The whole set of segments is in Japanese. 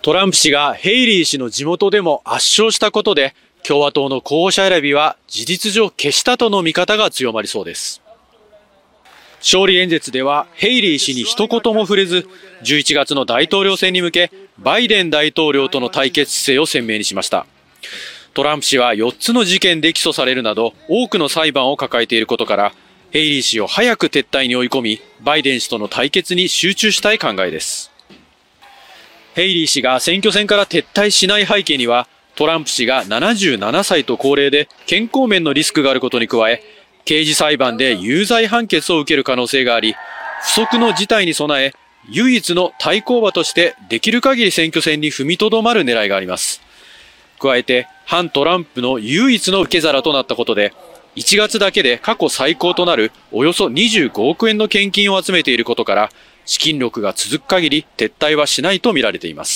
トランプ氏がヘイリー氏の地元でも圧勝したことで、共和党の候補者選びは事実上消したとの見方が強まりそうです。勝利演説ではヘイリー氏に一言も触れず、11月の大統領選に向けバイデン大統領との対決姿勢を鮮明にしました。トランプ氏は4つの事件で起訴されるなど多くの裁判を抱えていることから、ヘイリー氏を早く撤退に追い込み、バイデン氏との対決に集中したい考えです。ヘイリー氏が選挙戦から撤退しない背景には、トランプ氏が77歳と高齢で健康面のリスクがあることに加え、刑事裁判で有罪判決を受ける可能性があり、不測の事態に備え、唯一の対抗馬としてできる限り選挙戦に踏みとどまる狙いがあります。加えて、反トランプの唯一の受け皿となったことで、1月だけで過去最高となるおよそ25億円の献金を集めていることから、資金力が続く限り撤退はしないと見られています。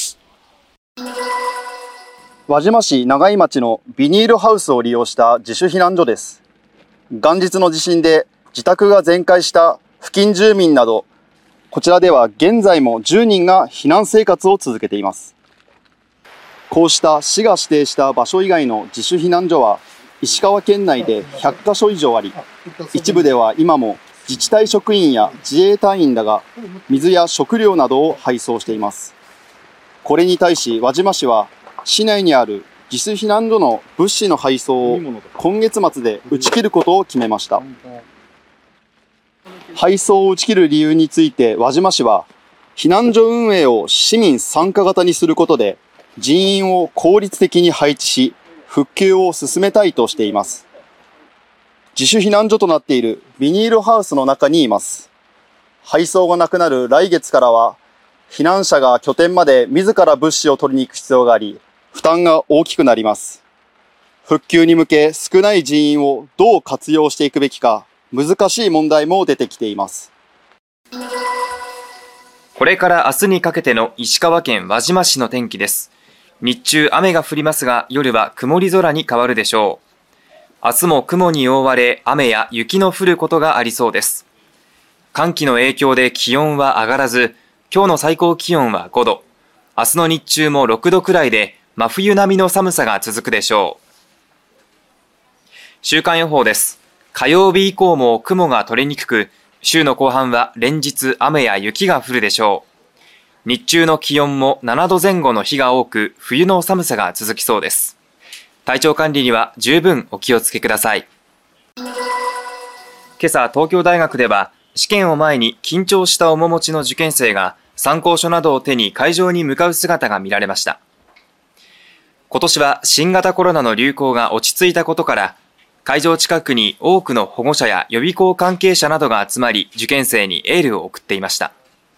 輪島市長井町のビニールハウスを利用した自主避難所です。元日の地震で自宅が全壊した付近住民など、こちらでは現在も10人が避難生活を続けています。こうした市が指定した場所以外の自主避難所は石川県内で100カ所以上あり、一部では今も自治体職員や自衛隊員らが水や食料などを配送しています。これに対し輪島市は、市内にある自主避難所の物資の配送を今月末で打ち切ることを決めました。配送を打ち切る理由について輪島市は、避難所運営を市民参加型にすることで人員を効率的に配置し、復旧を進めたいとしています。自主避難所となっているビニールハウスの中にいます。配送がなくなる来月からは、避難者が拠点まで自ら物資を取りに行く必要があり、負担が大きくなります。復旧に向け少ない人員をどう活用していくべきか、難しい問題も出てきています。 これから明日にかけての石川県輪島市の天気です。日中雨が降りますが、夜は曇り空に変わるでしょう。明日も雲に覆われ、雨や雪の降ることがありそうです。寒気の影響で気温は上がらず、今日の最高気温は5度、明日の日中も6度くらいで、真冬並みの寒さが続くでしょう。週間予報です。火曜日以降も雲が取れにくく、週の後半は連日雨や雪が降るでしょう。日中の気温も7度前後の日が多く、冬の寒さが続きそうです。体調管理には十分お気をつけください。今朝、東京大学では試験を前に緊張した面持ちの受験生が参考書などを手に会場に向かう姿が見られました。今年は新型コロナの流行が落ち着いたことから、会場近くに多くの保護者や予備校関係者などが集まり、受験生にエールを送っていました。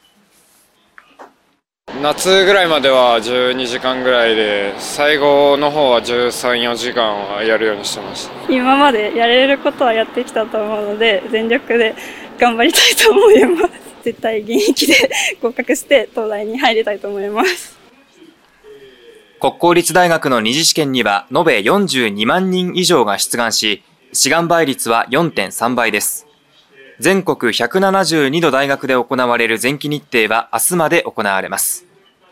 夏ぐらいまでは12時間ぐらいで、最後の方は13、4時間はやるようにしてました。 今までやれることはやってきたと思うので、全力で頑張りたいと思います。絶対現役で合格して東大に入りたいと思います。 国公立大学の二次試験には延べ42万人以上が出願し、志願倍率は 4.3 倍です。全国172の大学で行われる前期日程は明日まで行われます。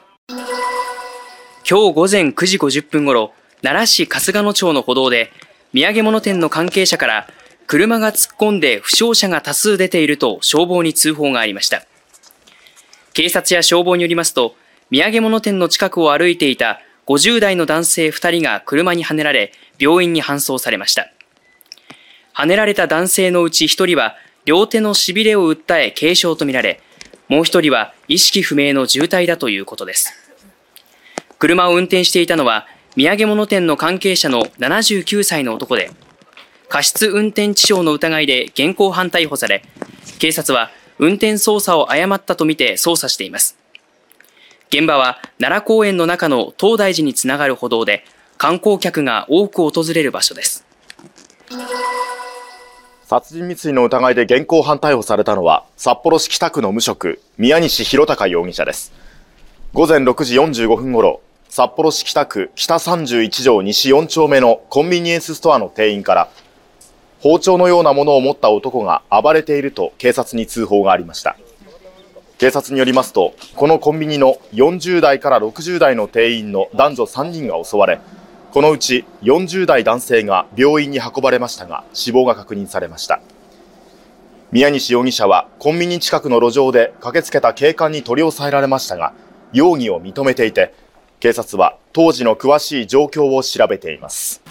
今日午前9時50分ごろ、奈良市春日野町の歩道で、土産物店の関係者から、車が突っ込んで負傷者が多数出ていると消防に通報がありました。警察や消防によりますと、土産物店の近くを歩いていた50代の男性2人が車にはねられ、病院に搬送されました。はねられた男性のうち1人は、両手のしびれを訴え軽傷とみられ、もう1人は意識不明の重体だということです。車を運転していたのは、土産物店の関係者の79歳の男で、過失運転致傷の疑いで現行犯逮捕され、警察は運転操作を誤ったとみて捜査しています。現場は奈良公園の中の東大寺につながる歩道で、観光客が多く訪れる場所です。 殺人未遂の疑いで現行犯逮捕されたのは、札幌市北区の無職、宮西弘隆容疑者です。午前6時45分ごろ、札幌市北区北31条西4丁目のコンビニエンスストアの店員から、包丁のようなものを持った男が暴れていると警察に通報がありました。 警察によりますと、このコンビニの40代から60代の店員の男女3人が襲われ、このうち40代男性が病院に運ばれましたが、死亡が確認されました。宮西容疑者はコンビニ近くの路上で駆けつけた警官に取り押さえられましたが、容疑を認めていて、警察は当時の詳しい状況を調べています。